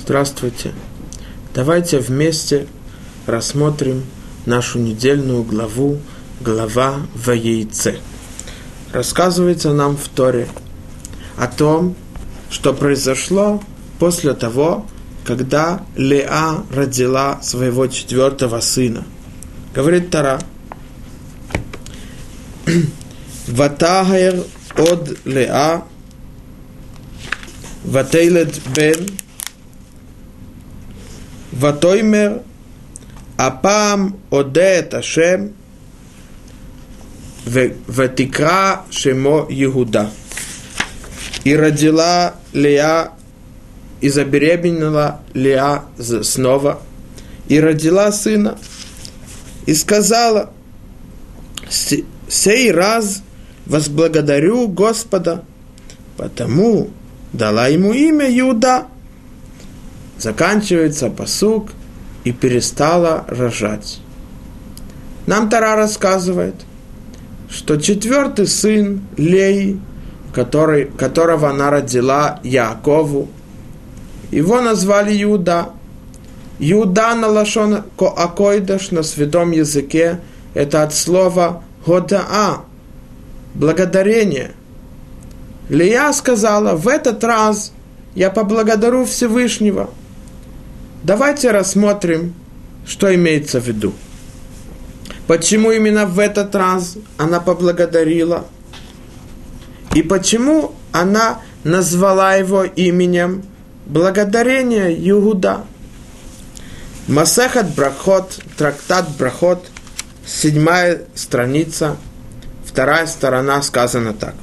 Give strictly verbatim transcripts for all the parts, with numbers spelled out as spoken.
Здравствуйте. Давайте вместе рассмотрим нашу недельную главу, глава Ваейце. Рассказывается нам в Торе о том, что произошло после того, когда Леа родила своего четвертого сына. Говорит Тора: «Ватагер од Леа, ватейлед бен, ватоймер, апам одеет Ашем, ватикра шемо Иуда». И родила Леа, и забеременела Леа снова, и родила сына, и сказала: «Сей раз возблагодарю Господа, потому дала ему имя Иуда». Заканчивается пасук, и перестала рожать. Нам Тора рассказывает, что четвертый сын Леи, который, которого она родила Яакову, его назвали Иуда. Иуда на лашон коакойдаш, на святом языке, это от слова «годаа», благодарение. Лея сказала: в этот раз я поблагодарю Всевышнего. Давайте рассмотрим, что имеется в виду. Почему именно в этот раз она поблагодарила? И почему она назвала его именем благодарение Иуда? Масехет Брахот, трактат Брахот, седьмая страница, вторая сторона, сказано так.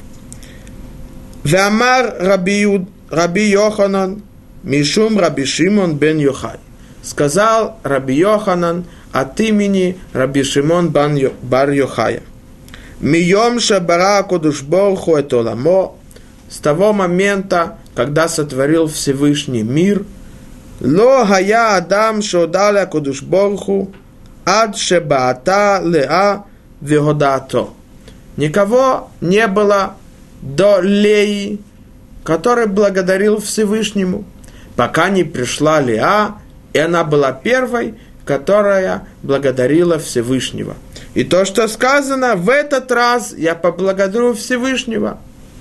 «Веамар Раби, Раби Йоханан, Мишум Раби Шимон бен Йохай». Сказал Раби Йоханан от имени Раби Шимон бар Йохая. «Мием шабара кодуш борху эт оламо». С того момента, когда сотворил Всевышний мир, «Ло хая адам шодаля кодуш борху ад шебаата леа вегодато». Никого не было до Леи, который благодарил Всевышнему, пока не пришла Леа, и она была первой, которая благодарила Всевышнего. И то, что сказано: в этот раз я поблагодарю Всевышнего.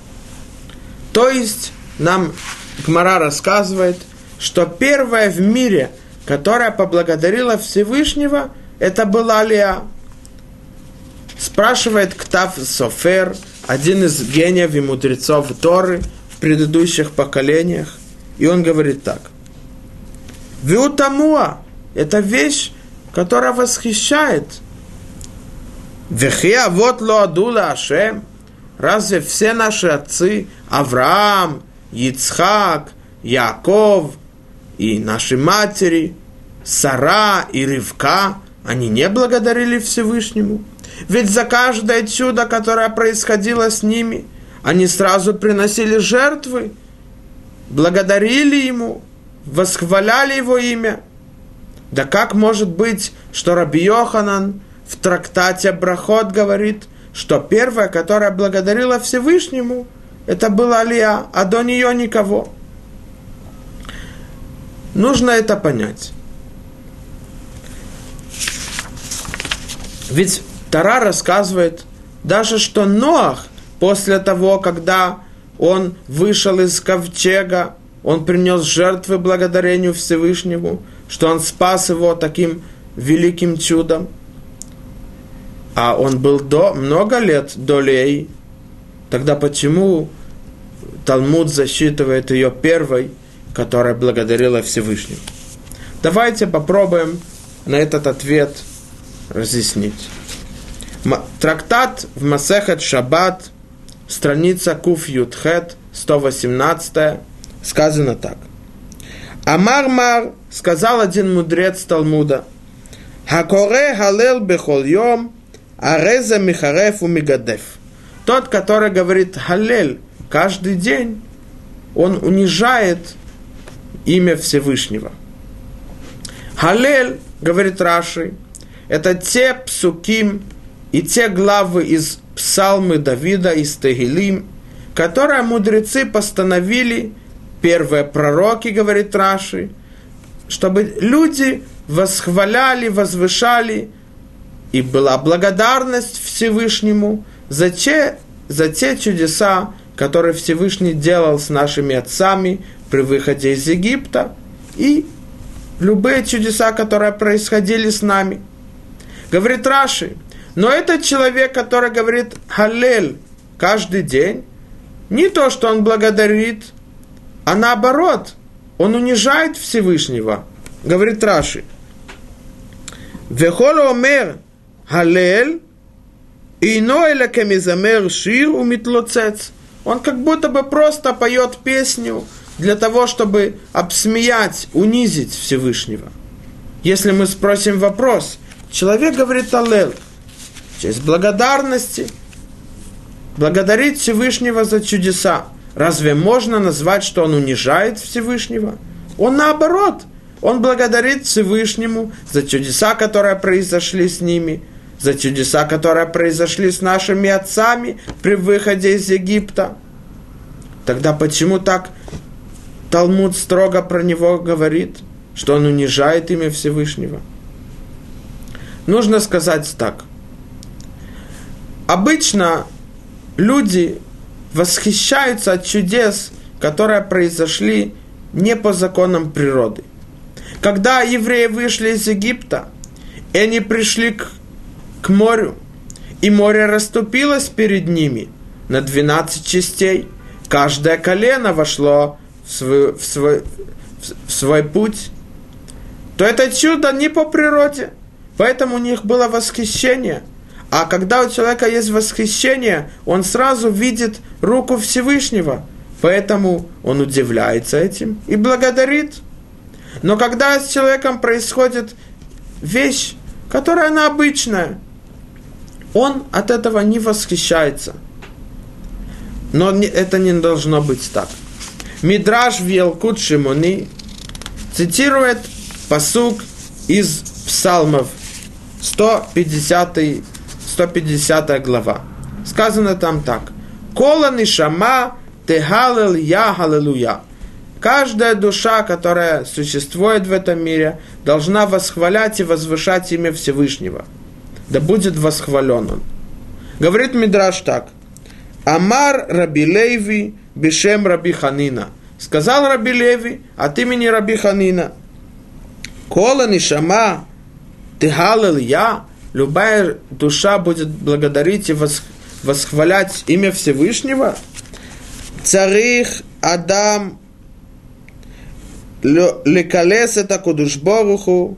То есть нам Гмара рассказывает, что первая в мире, которая поблагодарила Всевышнего, это была Леа. Спрашивает Ктав Софер, один из гениев и мудрецов Торы в предыдущих поколениях, и он говорит так: «Виутамуа» – это вещь, которая восхищает. «Вехи авот ло адула Ашем» – разве все наши отцы Авраам, Ицхак, Яаков и наши матери Сара и Ривка, они не благодарили Всевышнему? Ведь за каждое чудо, которое происходило с ними, они сразу приносили жертвы, благодарили Ему, восхваляли Его имя. Да как может быть, что Раби Йоханан в трактате Брахот говорит, что первая, которая благодарила Всевышнему, это была Леа, а до нее никого? Нужно это понять. Ведь Тора рассказывает даже, что Ноах, после того, когда он вышел из ковчега, он принес жертвы благодарению Всевышнему, что он спас его таким великим чудом. А он был до, много лет до Леи. Тогда почему Талмуд засчитывает ее первой, которая благодарила Всевышнему? Давайте попробуем на этот ответ разъяснить. Трактат в Масехет Шаббат, страница Куф Ютхет, сто восемнадцать, сказано так. Амар-мар, сказал один мудрец Талмуда: «Хакоре халел бехол йом, ареза михареф у мигадеф». Тот, который говорит халель каждый день, он унижает имя Всевышнего. Халель, говорит Раши, это те псуким и те главы из Псалмы Давида, из Тегилим, которые мудрецы постановили, первые пророки, говорит Раши, чтобы люди восхваляли, возвышали, и была благодарность Всевышнему за те, за те чудеса, которые Всевышний делал с нашими отцами при выходе из Египта, и любые чудеса, которые происходили с нами. Говорит Раши, но этот человек, который говорит «Халлель» каждый день, не то, что он благодарит, а наоборот, он унижает Всевышнего. Говорит Раши, «Вехол омер Халлель, ино эля кемизамер шир умитлоцец». Он как будто бы просто поет песню для того, чтобы обсмеять, унизить Всевышнего. Если мы спросим вопрос, человек говорит «Аллел», в честь благодарности, благодарить Всевышнего за чудеса. Разве можно назвать, что он унижает Всевышнего? Он наоборот, он благодарит Всевышнему за чудеса, которые произошли с ними, за чудеса, которые произошли с нашими отцами при выходе из Египта. Тогда почему так Талмуд строго про него говорит, что он унижает имя Всевышнего? Нужно сказать так. Обычно люди восхищаются от чудес, которые произошли не по законам природы. Когда евреи вышли из Египта, и они пришли к, к морю, и море расступилось перед ними на двенадцать частей, каждое колено вошло в свой, в свой, в свой путь, то это чудо не по природе, поэтому у них было восхищение. А когда у человека есть восхищение, он сразу видит руку Всевышнего, поэтому он удивляется этим и благодарит. Но когда с человеком происходит вещь, которая она обычная, он от этого не восхищается. Но это не должно быть так. Мидраш в Ялкут Шимони цитирует пасук из Псалмов, сто пятидесятая глава. Сказано там так. Кола нишама тегалел я халелуя. Каждая душа, которая существует в этом мире, должна восхвалять и возвышать имя Всевышнего. Да будет восхвален он. Говорит Мидраш так. Амар Раби Леви бешем Раби Ханина. Сказал Раби Леви от имени Раби Ханина. Кола нишама тегалел я. Любая душа будет благодарить и восхвалять имя Всевышнего. Царих Адам лекалес это кудушборуху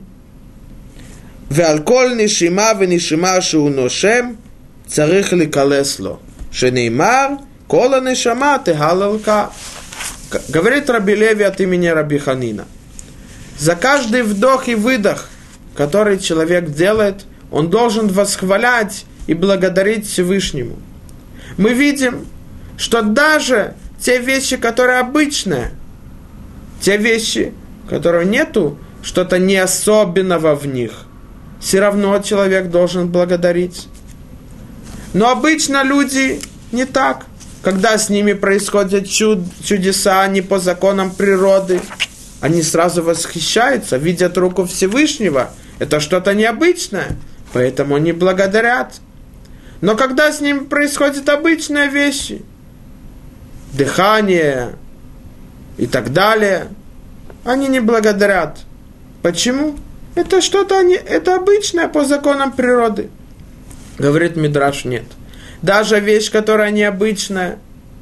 ועל נשימה ונשימה שהוא נושם צריך לקלס לו שנאמר כל הנשמה תהללך. Говорит Раби Леви от имени Раби Ханина, за каждый вдох и выдох, который человек делает, он должен восхвалять и благодарить Всевышнему. Мы видим, что даже те вещи, которые обычные, те вещи, которые нету что-то не особенного в них, все равно человек должен благодарить. Но обычно люди не так. Когда с ними происходят чуд, чудеса не по законам природы, они сразу восхищаются, видят руку Всевышнего. Это что-то необычное, поэтому они благодарят. Но когда с ними происходят обычные вещи, дыхание и так далее, они не благодарят. Почему? Это что-то, это обычное по законам природы. Говорит Мидраш, нет. Даже вещь, которая необычная.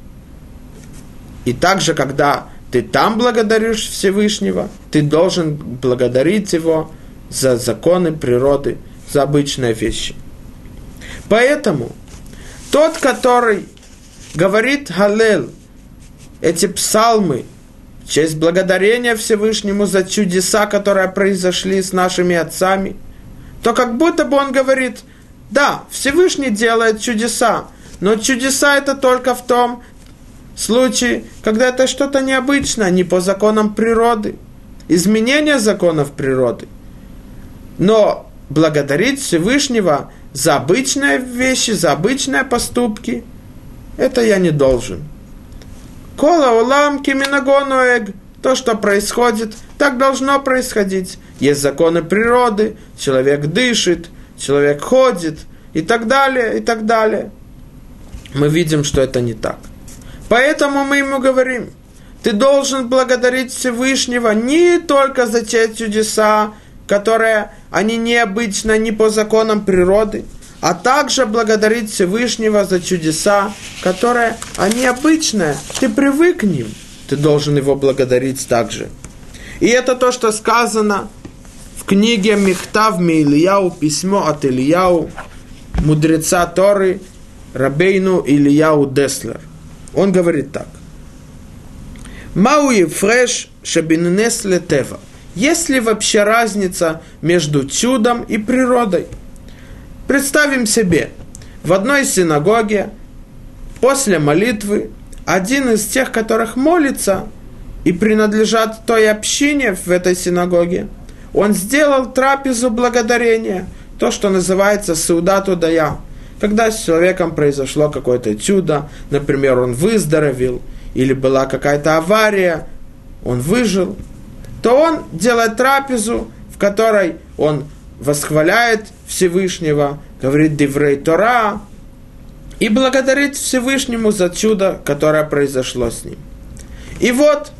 И также, когда ты там благодаришь Всевышнего, ты должен благодарить его за законы природы, за обычные вещи. Поэтому тот, который говорит Халлел, эти псалмы, в честь благодарения Всевышнему за чудеса, которые произошли с нашими отцами, то как будто бы он говорит, да, Всевышний делает чудеса, но чудеса это только в том случае, когда это что-то необычное, не по законам природы, изменение законов природы. Но благодарить Всевышнего за обычные вещи, за обычные поступки, это я не должен. Кола улам киминагонуэг, то, что происходит, так должно происходить. Есть законы природы, человек дышит, человек ходит и так далее, и так далее. Мы видим, что это не так. Поэтому мы ему говорим, ты должен благодарить Всевышнего не только за те чудеса, которые, они необычны, не по законам природы, а также благодарить Всевышнего за чудеса, которые, они обычные, ты привык к ним, ты должен его благодарить также. И это то, что сказано в книге Михтав Меилияу, письмо от Ильяу, мудреца Торы, Рабейну Ильяу Деслер. Он говорит так. Мауи фреш шабиннес летева. Есть ли вообще разница между чудом и природой? Представим себе, в одной синагоге после молитвы один из тех, которых молится и принадлежат той общине в этой синагоге, он сделал трапезу благодарения, то, что называется сеудат одая. Когда с человеком произошло какое-то чудо, например, он выздоровел, или была какая-то авария, он выжил, то он делает трапезу, в которой он восхваляет Всевышнего, говорит Диврей Тора, и благодарит Всевышнему за чудо, которое произошло с ним. И вот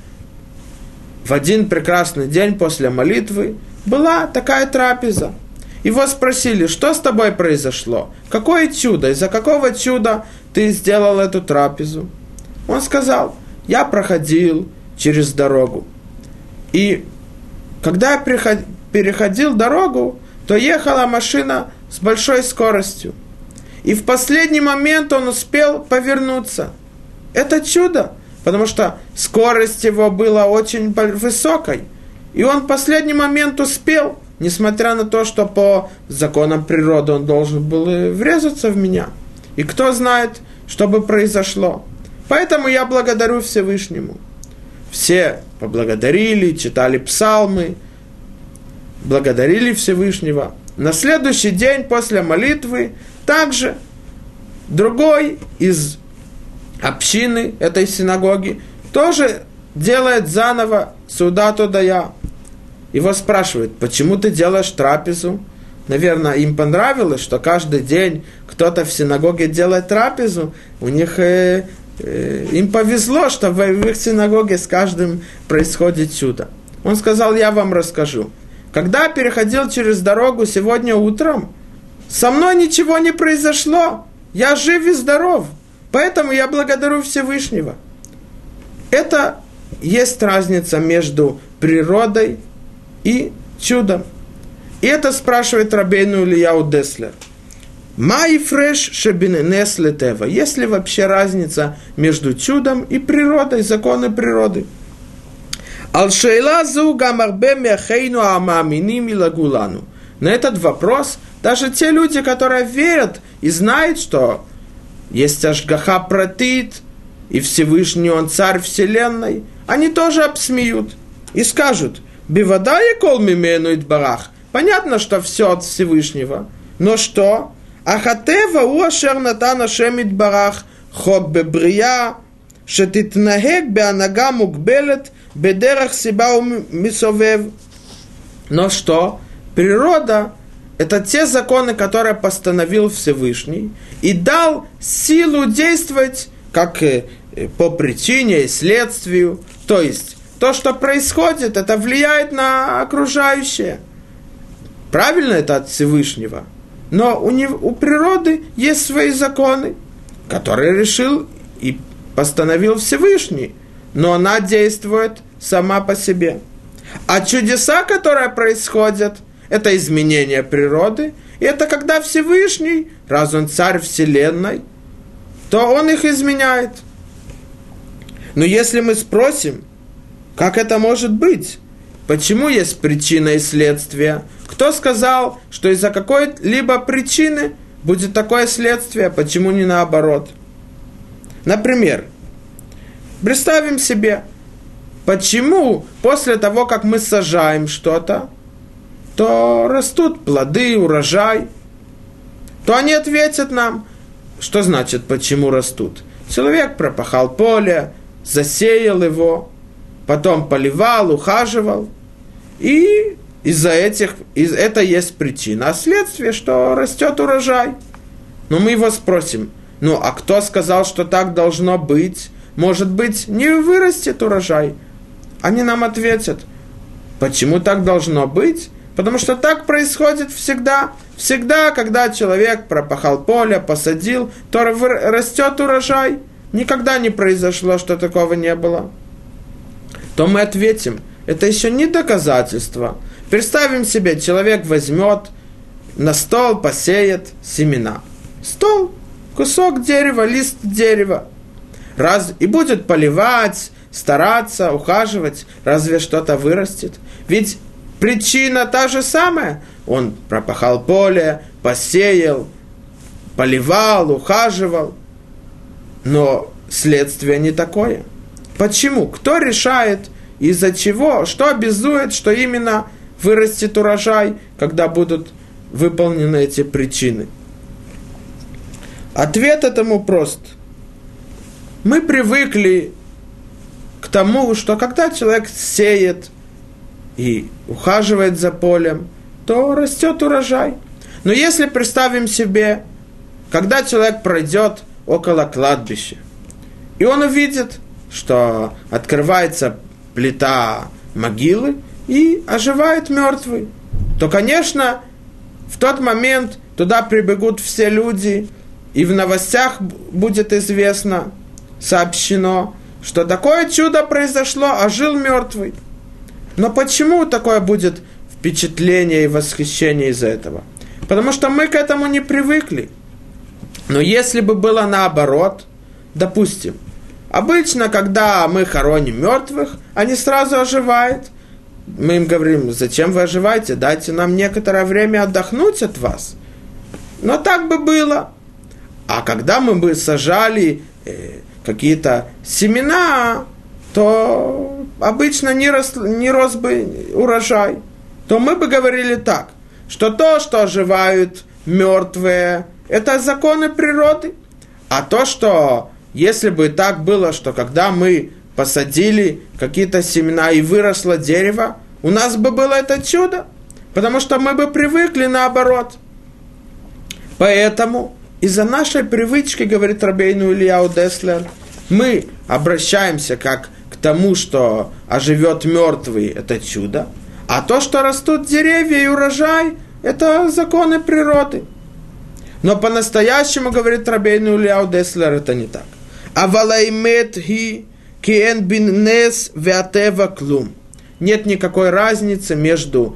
в один прекрасный день после молитвы была такая трапеза. Его спросили, что с тобой произошло? Какое чудо? Из-за какого чуда ты сделал эту трапезу? Он сказал, я проходил через дорогу. И когда я переходил дорогу, то ехала машина с большой скоростью. И в последний момент он успел повернуться. Это чудо, потому что скорость его была очень высокой. И он в последний момент успел, несмотря на то, что по законам природы он должен был врезаться в меня. И кто знает, что бы произошло. Поэтому я благодарю Всевышнему. Все поблагодарили, читали псалмы, благодарили Всевышнего. На следующий день после молитвы также другой из общины этой синагоги тоже делает заново сеудат одая. Его спрашивают, почему ты делаешь трапезу? Наверное, им понравилось, что каждый день кто-то в синагоге делает трапезу. У них э, э, им повезло, что в их синагоге с каждым происходит чудо. Он сказал, я вам расскажу. Когда переходил через дорогу сегодня утром, со мной ничего не произошло. Я жив и здоров. Поэтому я благодарю Всевышнего. Это есть разница между природой и чудом. И это спрашивает Рабейну Ильяу Деслер. Май фреш шебиннес летева. Есть ли вообще разница между чудом и природой, законы природы? Ал-шейлазу гамарбе мяхейну амаминим илагулану. На этот вопрос даже те люди, которые верят и знают, что есть ашгаха пратит, и Всевышний Он царь вселенной, они тоже обсмеют и скажут, бивадае кол мимену идбарах. Понятно, что все от Всевышнего. Но что? Ахатева уашер натана шемит барах хок бебрия шетитнагек беанага мукбелет бедерах сиба мисовев. Но что? Природа – это те законы, которые постановил Всевышний и дал силу действовать как по причине и следствию. То есть, то, что происходит, это влияет на окружающее. Правильно это от Всевышнего. Но у, него, у природы есть свои законы, которые решил и постановил Всевышний. Но она действует сама по себе. А чудеса, которые происходят, это изменение природы. И это когда Всевышний, раз он царь вселенной, то он их изменяет. Но если мы спросим, как это может быть? Почему есть причина и следствие? Кто сказал, что из-за какой-либо причины будет такое следствие? Почему не наоборот? Например, представим себе, почему после того, как мы сажаем что-то, то растут плоды, урожай, то они ответят нам, что значит, почему растут. Человек пропахал поле, засеял его, потом поливал, ухаживал. И из-за этих, из, это есть причина. А следствие, что растет урожай. Но мы его спросим, ну а кто сказал, что так должно быть? Может быть, не вырастет урожай? Они нам ответят, почему так должно быть? Потому что так происходит всегда. Всегда, когда человек пропахал поле, посадил, то растет урожай. Никогда не произошло, что такого не было. То мы ответим, это еще не доказательство. Представим себе, человек возьмет на стол, посеет семена. Стол, кусок дерева, лист дерева. Раз, и будет поливать, стараться, ухаживать. Разве что-то вырастет? Ведь причина та же самая. Он пропахал поле, посеял, поливал, ухаживал. Но следствие не такое. Почему? Кто решает, из-за чего, что обязует, что именно вырастет урожай, когда будут выполнены эти причины? Ответ этому прост. Мы привыкли к тому, что когда человек сеет и ухаживает за полем, то растет урожай. Но если представим себе, когда человек пройдет около кладбища, и он увидит, что открывается плита могилы и оживает мертвый, то, конечно, в тот момент туда прибегут все люди, и в новостях будет известно, сообщено, что такое чудо произошло, ожил мертвый. Но почему такое будет впечатление и восхищение из-за этого? Потому что мы к этому не привыкли. Но если бы было наоборот, допустим, обычно, когда мы хороним мертвых, они сразу оживают. Мы им говорим, зачем вы оживаете? Дайте нам некоторое время отдохнуть от вас. Но так бы было. А когда мы бы сажали э, какие-то семена, то обычно не рос, не рос бы урожай. То мы бы говорили так, что то, что оживают мертвые, это законы природы. А то, что если бы так было, что когда мы посадили какие-то семена и выросло дерево, у нас бы было это чудо, потому что мы бы привыкли наоборот. Поэтому из-за нашей привычки, говорит Рабейну Ильяу Деслер, мы обращаемся как к тому, что оживет мертвый, это чудо, а то, что растут деревья и урожай, это законы природы. Но по-настоящему, говорит Рабейну Ильяу Деслер, это не так. Авалаймет хи киэн бин нес веатева клум. Нет никакой разницы между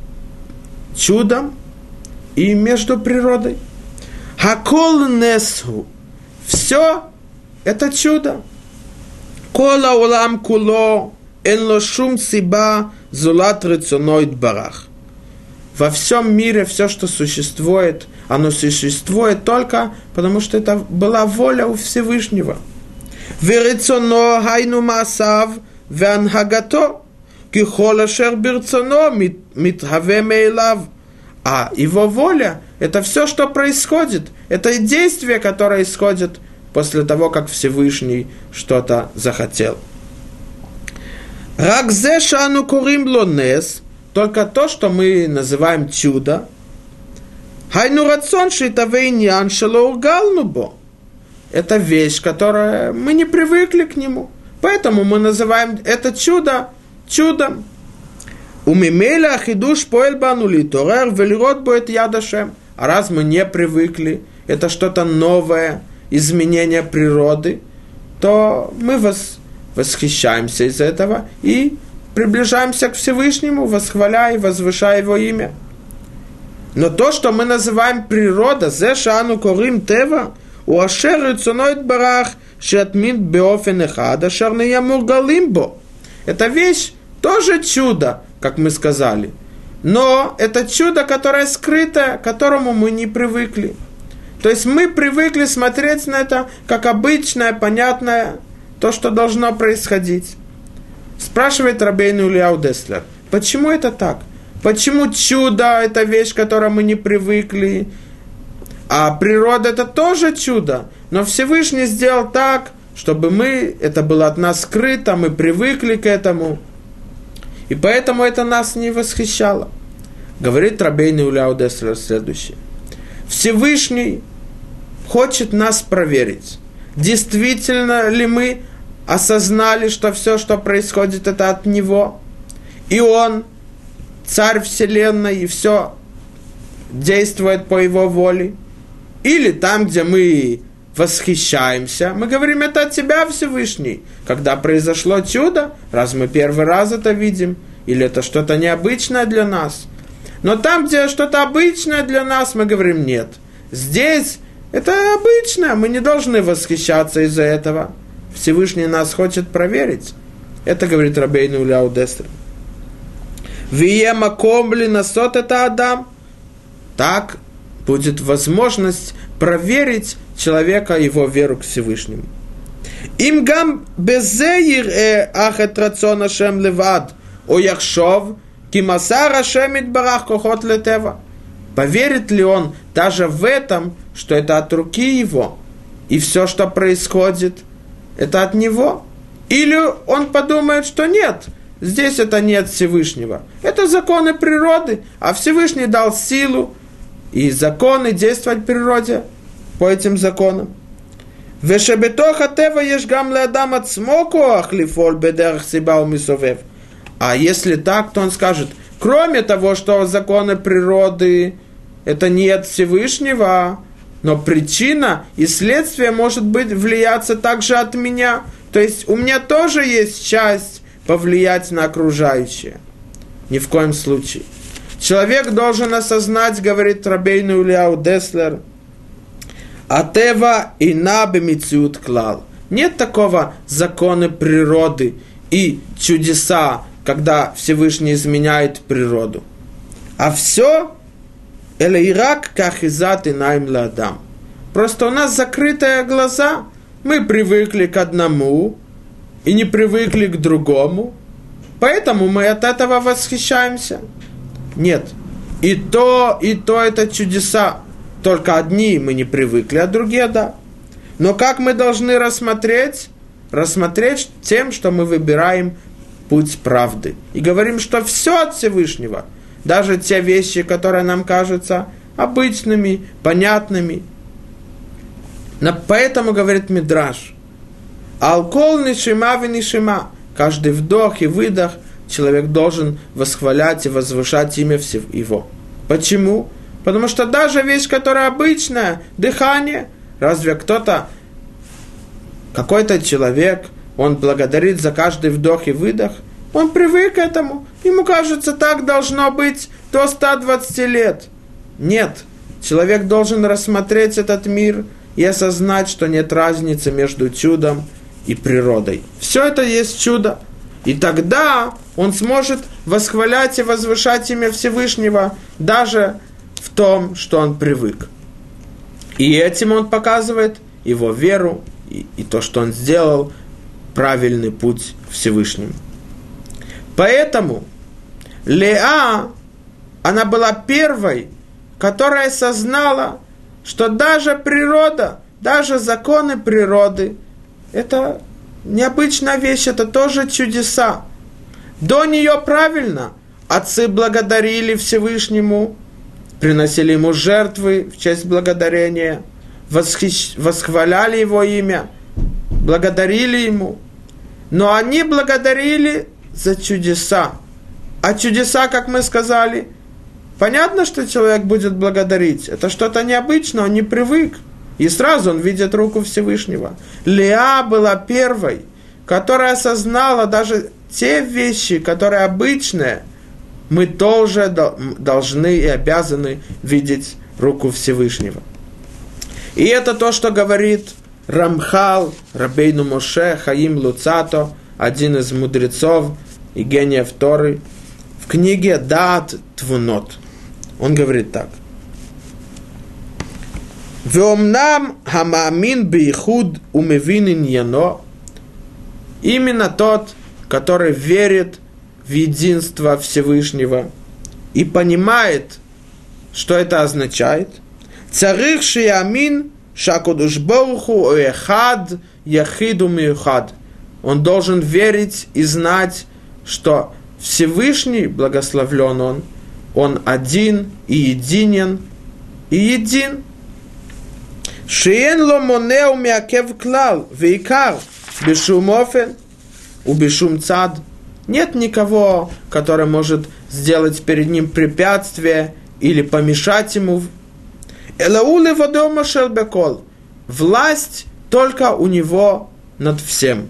чудом и между природой. Хакол несху. Все это чудо. Кола улам куло эн ло шум сиба зулат рецонойт барах. Во всем мире все, что существует, оно существует только потому, что это была воля у Всевышнего. Верецоно хайну масав ванхагато кихол ашер берцоно митхаве мейлав. А его воля – это все, что происходит. Это действие, которое исходит после того, как Всевышний что-то захотел. Ракзе шану курим лонес. Только то, что мы называем чудо. Хайну рацон шитавейнян шалоургалнубо. Это вещь, которая мы не привыкли к нему. Поэтому мы называем это чудо чудом. Умимеля ахидуш поэль бану литорер велирот будет ядашем. А раз мы не привыкли, это что-то новое, изменение природы, то мы вос, восхищаемся из этого и приближаемся к Всевышнему, восхваляя и возвышая его имя. Но то, что мы называем природа, зе шану корим тева, у ашер рецоноид барах шатмин беофен эхад ашер не ямур галимбо. Это вещь тоже чудо, как мы сказали. Но это чудо, которое скрыто, к которому мы не привыкли. То есть мы привыкли смотреть на это как обычное, понятное, то, что должно происходить. Спрашивает Рабейну Ильяу Деслер, почему это так? Почему чудо – это вещь, к которой мы не привыкли, а природа – это тоже чудо, но Всевышний сделал так, чтобы мы, это было от нас скрыто, мы привыкли к этому. И поэтому это нас не восхищало. Говорит Рабейну Эляу Деслер следующее. Всевышний хочет нас проверить. Действительно ли мы осознали, что все, что происходит, это от Него? И Он, Царь Вселенной, и все действует по Его воле? Или там, где мы восхищаемся, мы говорим, это от Тебя, Всевышний. Когда произошло чудо, раз мы первый раз это видим, или это что-то необычное для нас. Но там, где что-то обычное для нас, мы говорим, нет. Здесь это обычное, мы не должны восхищаться из-за этого. Всевышний нас хочет проверить. Это говорит Рабейну Эляу Деслер. Вие маком ли насот это Адам? Так будет возможность проверить человека, его веру к Всевышнему. Им гам безеир э ахет рацион Ашем левад, о яхшов, кимасар Ашем итбарах кохот летева. Поверит ли он даже в этом, что это от руки его, и все, что происходит, это от него? Или он подумает, что нет, здесь это не от Всевышнего. Это законы природы, а Всевышний дал силу и законы действовать в природе по этим законам. А если так, то он скажет, кроме того, что законы природы это не от Всевышнего, но причина и следствие может быть влияться также от меня. То есть у меня тоже есть часть повлиять на окружающее. Ни в коем случае. Человек должен осознать, говорит Рабейну Эляу Деслер, «Атева ина бемициут клал». Нет такого закона природы и чудеса, когда Всевышний изменяет природу. А все элейрак кахизат инаим ладам. Просто у нас закрытые глаза. Мы привыкли к одному и не привыкли к другому. Поэтому мы от этого восхищаемся. Нет. И то, и то это чудеса. Только одни мы не привыкли, а другие да. Но как мы должны рассмотреть? Рассмотреть тем, что мы выбираем путь правды. И говорим, что все от Всевышнего. Даже те вещи, которые нам кажутся обычными, понятными. Но поэтому, говорит Мидраш, «Алкол нишима венишима». Каждый вдох и выдох человек должен восхвалять и возвышать имя Его. Почему? Потому что даже вещь, которая обычная, дыхание, разве кто-то, какой-то человек, он благодарит за каждый вдох и выдох, он привык к этому, ему кажется, так должно быть до ста двадцати лет. Нет, человек должен рассмотреть этот мир и осознать, что нет разницы между чудом и природой. Все это есть чудо. И тогда он сможет восхвалять и возвышать имя Всевышнего даже в том, что он привык. И этим он показывает его веру и, и то, что он сделал правильный путь к Всевышнему. Поэтому Леа, она была первой, которая осознала, что даже природа, даже законы природы, это необычная вещь, это тоже чудеса. До нее правильно отцы благодарили Всевышнему, приносили ему жертвы в честь благодарения, восхищ... восхваляли его имя, благодарили ему. Но они благодарили за чудеса. А чудеса, как мы сказали, понятно, что человек будет благодарить. Это что-то необычное, он не привык. И сразу он видит руку Всевышнего. Леа была первой, которая осознала даже те вещи, которые обычные, мы тоже должны и обязаны видеть руку Всевышнего. И это то, что говорит Рамхал, Рабейну Моше, Хаим Луцато, один из мудрецов и гениев Торы, в книге Даат Твунот. Он говорит так. Веомнам хамаамин бейхуд умевин иньяно. Именно тот, который верит в единство Всевышнего и понимает, что это означает. Царих шиямин шакудуш боруху эхад яхиду миюхад. Он должен верить и знать, что Всевышний, благословлен Он, Он один и единен, и един. Шиен ло монеу миакев клал, вейкар, бешум офен, у бешум цад. Нет никого, который может сделать перед ним препятствие или помешать ему. Элауле водома шелбекол. Власть только у него над всем.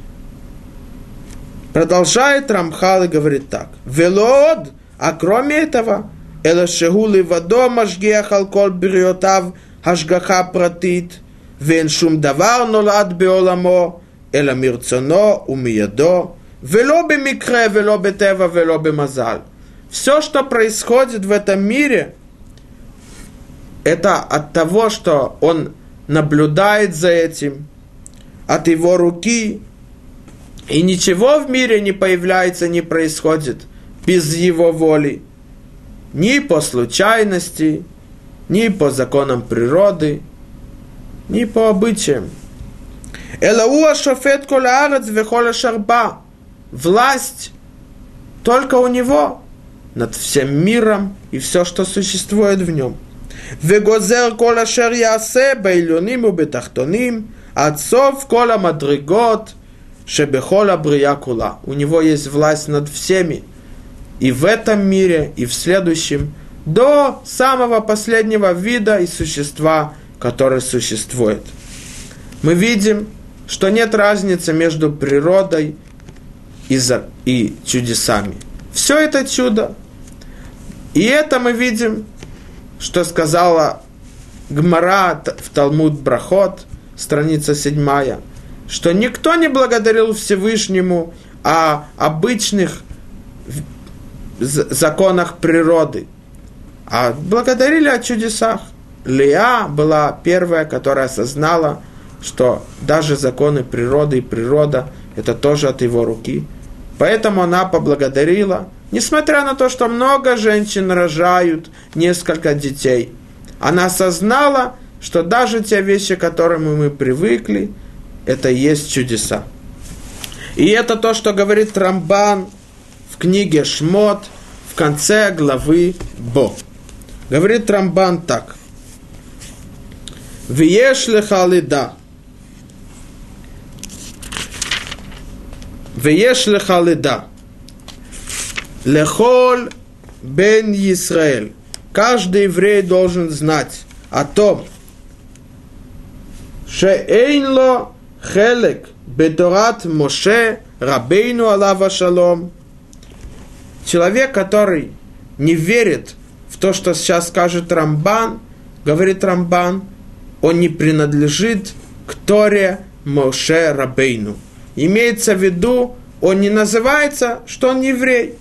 Продолжает Рамхал и говорит так. Велод, а кроме этого, элашегули водома жгеахал кол бриотав хашгаха пратит, вен шум давар нолад беоламо, эла мирцоно умиядо, вело бемикре, вело бетева, вело бемазаль. Все, что происходит в этом мире, это от того, что он наблюдает за этим, от его руки, и ничего в мире не появляется, не происходит без его воли, ни по случайности, ни по законам природы, ни по обычаям. Элауа шофет кола арец вехола шарба. Власть только у него над всем миром и все, что существует в нем. Вегозер кола шер ясе бейлюним у бетахтоним отцов кола мадригот шебехола брия кула. У него есть власть над всеми, и в этом мире, и в следующем, до самого последнего вида и существа, которое существует. Мы видим, что нет разницы между природой и, за, и чудесами. Все это чудо. И это мы видим, что сказала Гмара в Талмуд Брахот, страница седьмая, что никто не благодарил Всевышнему о обычных законах природы, а благодарили о чудесах. Леа была первая, которая осознала, что даже законы природы и природа – это тоже от его руки. Поэтому она поблагодарила, несмотря на то, что много женщин рожают несколько детей. Она осознала, что даже те вещи, к которым мы привыкли, это и есть чудеса. И это то, что говорит Рамбан в книге Шмот в конце главы Бо. Говорит Рамбан так. «Виеш леха лида». «Виеш леха лида». «Лехол бен Йисраэль». Каждый еврей должен знать о том, «Шеэйн ло хелек беторат Моше Рабейну алава шалом». Человек, который не верит в то, что сейчас скажет Рамбан, говорит Рамбан, он не принадлежит к Торе Моше Рабейну. Имеется в виду, он не называется, что он еврей.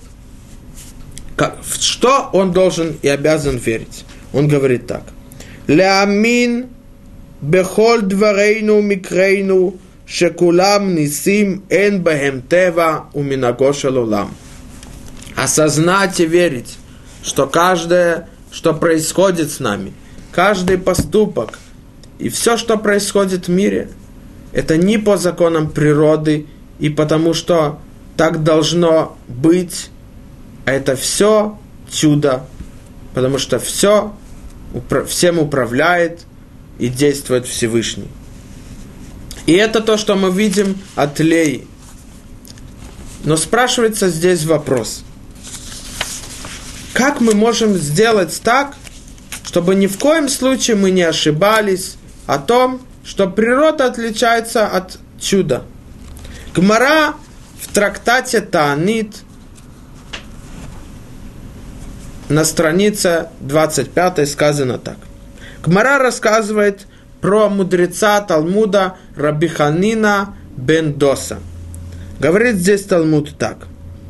В что он должен и обязан верить? Он говорит так. Леамин бехоль дварейну микрейну шекулам нисим эн бэхэм тева уминаго шел улам. Осознать и верить, что каждое, что происходит с нами, каждый поступок и все, что происходит в мире, это не по законам природы и потому, что так должно быть, а это все чудо, потому что все, всем управляет и действует Всевышний. И это то, что мы видим от Леи. Но спрашивается здесь вопрос. Как мы можем сделать так, чтобы ни в коем случае мы не ошибались о том, что природа отличается от чуда? Гмара в трактате Таанит на странице двадцать пятой сказано так. Гмара рассказывает про мудреца Талмуда Раби Ханина бен Доса. Говорит здесь Талмуд так.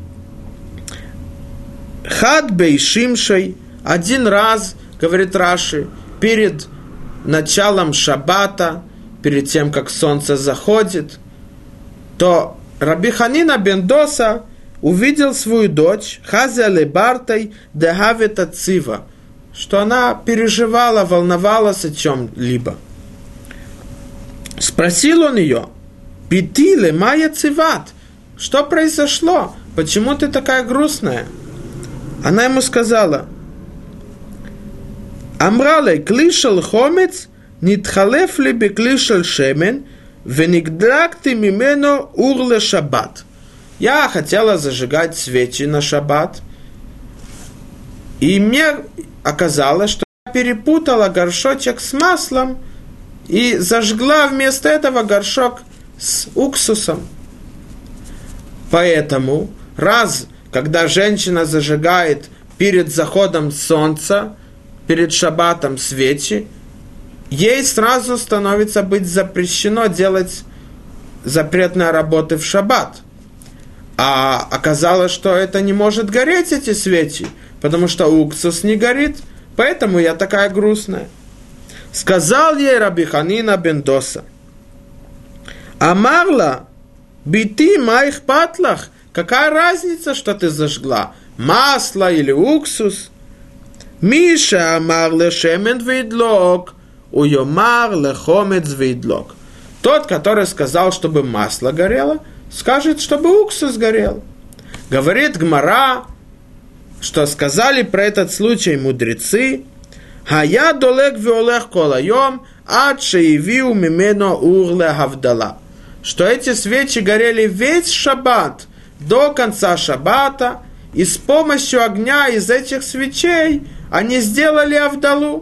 Хад бейшимшей, один раз, говорит Раши, перед началом шаббата, перед тем, как солнце заходит, то Раби Ханина бен Доса увидел свою дочь, Хазе Лебартой Дегавета Цива, что она переживала, волновалась о чем-либо. Спросил он ее, «Питиле майя циват, что произошло? Почему ты такая грустная?» Она ему сказала, «Амралей клишал хомец, нитхалеф ли беклишал шемен, венигдракти мимено урле шаббат». Я хотела зажигать свечи на шаббат, и мне оказалось, что я перепутала горшочек с маслом и зажгла вместо этого горшок с уксусом. Поэтому, раз, когда женщина зажигает перед заходом солнца, перед шаббатом свечи, ей сразу становится быть запрещено делать запретные работы в шаббат. А оказалось, что это не может гореть, эти свечи, потому что уксус не горит, поэтому я такая грустная. Сказал ей Раби Ханина бен Доса, Амарла, бити моих патлах, какая разница, что ты зажгла, масло или уксус? Миша амар лешемен вейдлок, уйомар лехомец вейдлок. Тот, который сказал, чтобы масло горело, скажет, чтобы уксус горел. Говорит Гмара, что сказали про этот случай мудрецы, «Хая долег веолех колайом, ад шеивиу мимено урле гавдала», что эти свечи горели весь шаббат до конца шаббата, и с помощью огня из этих свечей они сделали авдалу.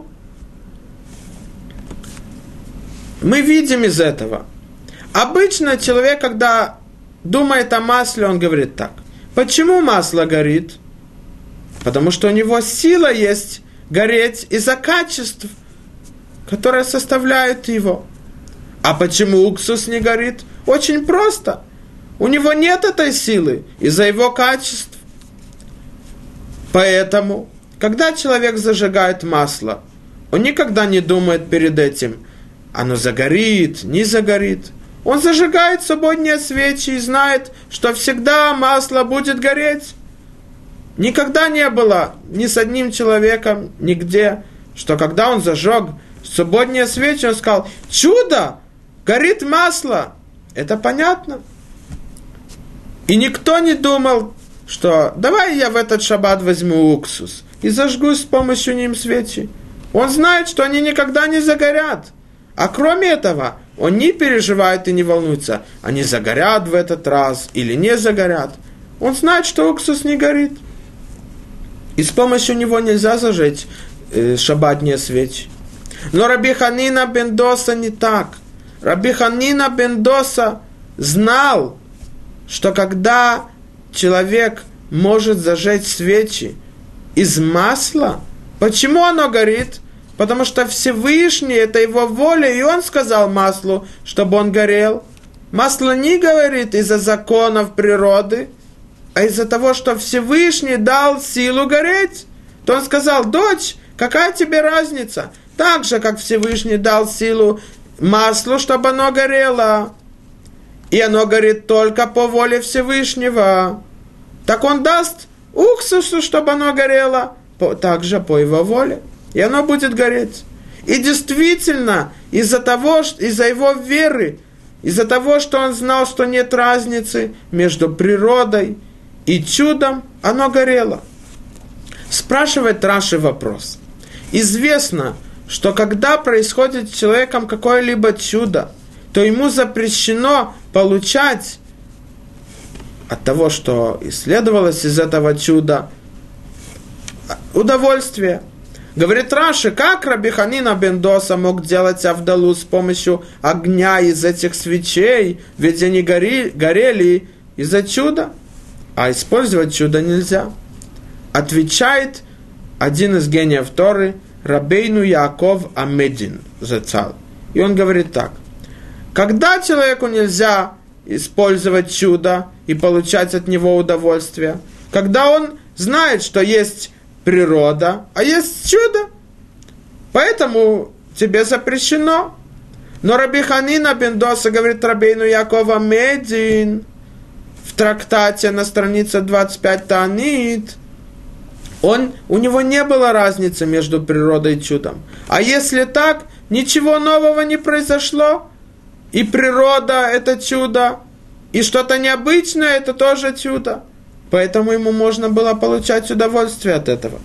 Мы видим из этого. Обычно человек, когда думает о масле, он говорит так. Почему масло горит? Потому что у него сила есть гореть из-за качеств, которые составляют его. А почему уксус не горит? Очень просто. У него нет этой силы из-за его качеств. Поэтому, когда человек зажигает масло, он никогда не думает перед этим, оно загорит, не загорит. Он зажигает субботние свечи и знает, что всегда масло будет гореть. Никогда не было ни с одним человеком, нигде, что когда он зажег субботние свечи, он сказал, чудо, горит масло. Это понятно. И никто не думал, что давай я в этот шаббат возьму уксус и зажгу с помощью ним свечи. Он знает, что они никогда не загорят. А кроме этого, он не переживает и не волнуется, они загорят в этот раз или не загорят. Он знает, что уксус не горит. И с помощью него нельзя зажечь э, шаббатные свечи. Но Раби Ханина бен Доса не так. Раби Ханина бен Доса знал, что когда человек может зажечь свечи из масла, почему оно горит? Потому что Всевышний, это его воля, и он сказал маслу, чтобы он горел. Масло не говорит из-за законов природы, а из-за того, что Всевышний дал силу гореть. То он сказал, дочь, какая тебе разница? Так же, как Всевышний дал силу маслу, чтобы оно горело. И оно горит только по воле Всевышнего. Так он даст уксусу, чтобы оно горело, также по его воле. И оно будет гореть. И действительно, из-за того, из-за его веры, из-за того, что он знал, что нет разницы между природой и чудом, оно горело. Спрашивает Раши вопрос. Известно, что когда происходит с человеком какое-либо чудо, то ему запрещено получать от того, что исследовалось из этого чуда, удовольствие. Говорит Раши, как Раби Ханина бен Доса мог делать авдалу с помощью огня из этих свечей, ведь они гори, горели из-за чуда, а использовать чудо нельзя. Отвечает один из гениев Торы, Рабейну Яаков Амедин Зацал. И он говорит так, когда человеку нельзя использовать чудо и получать от него удовольствие, когда он знает, что есть природа, а есть чудо. Поэтому тебе запрещено. Но Раби Ханина бен Доса говорит Рабейну Яакова Медин в трактате на странице двадцать пять Таанит. Он, у него не было разницы между природой и чудом. А если так, ничего нового не произошло. и природа – это чудо, и что-то необычное – это тоже чудо. Поэтому ему можно было получать удовольствие от этого.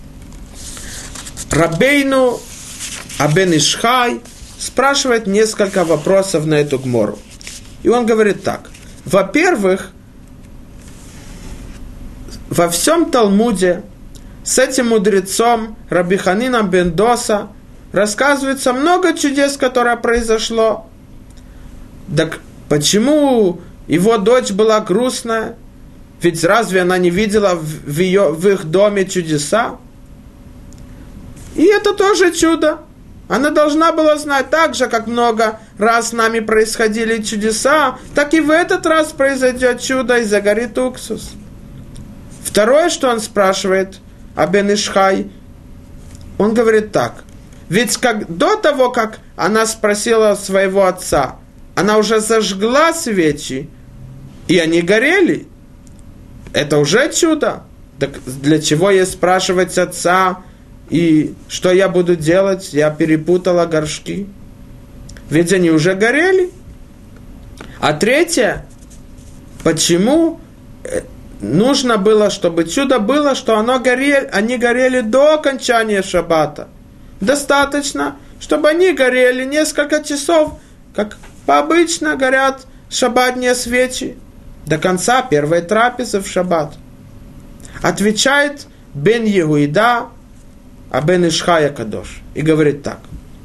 Рабейну Абен Ишхай спрашивает несколько вопросов на эту гмору. И он говорит так. Во-первых, во всем Талмуде с этим мудрецом Раби Ханина бен Доса рассказывается много чудес, которые произошло. Так почему его дочь была грустная? Ведь разве она не видела в, ее, в их доме чудеса? И это тоже чудо. Она должна была знать, так же, как много раз с нами происходили чудеса, так и в этот раз произойдет чудо и загорит уксус. Второе, что он спрашивает, Абен Ишхай, он говорит так. Ведь как, до того, как она спросила своего отца, она уже зажгла свечи, и они горели. Это уже чудо. Так для чего ей спрашивать отца, и что я буду делать? Я перепутала горшки. Ведь они уже горели. А третье, почему нужно было, чтобы чудо было, что оно горели, они горели до окончания шаббата. Достаточно, чтобы они горели несколько часов, как обычно горят шаббатные свечи, до конца первой трапезы в шаббат. Отвечает Бен Егуида Абен Ишхай Кадош и говорит так.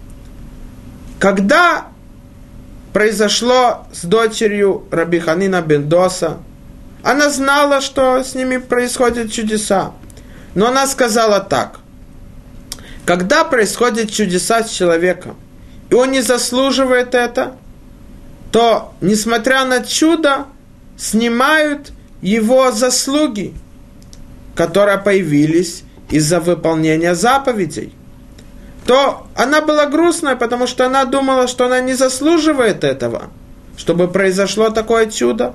Когда произошло с дочерью Раби Ханина бен Доса, она знала, что с ними происходят чудеса. Но она сказала так. Когда происходят чудеса с человеком, и он не заслуживает это, то, несмотря на чудо, снимают его заслуги, которые появились из-за выполнения заповедей. То она была грустная, потому что она думала, что она не заслуживает этого, чтобы произошло такое чудо.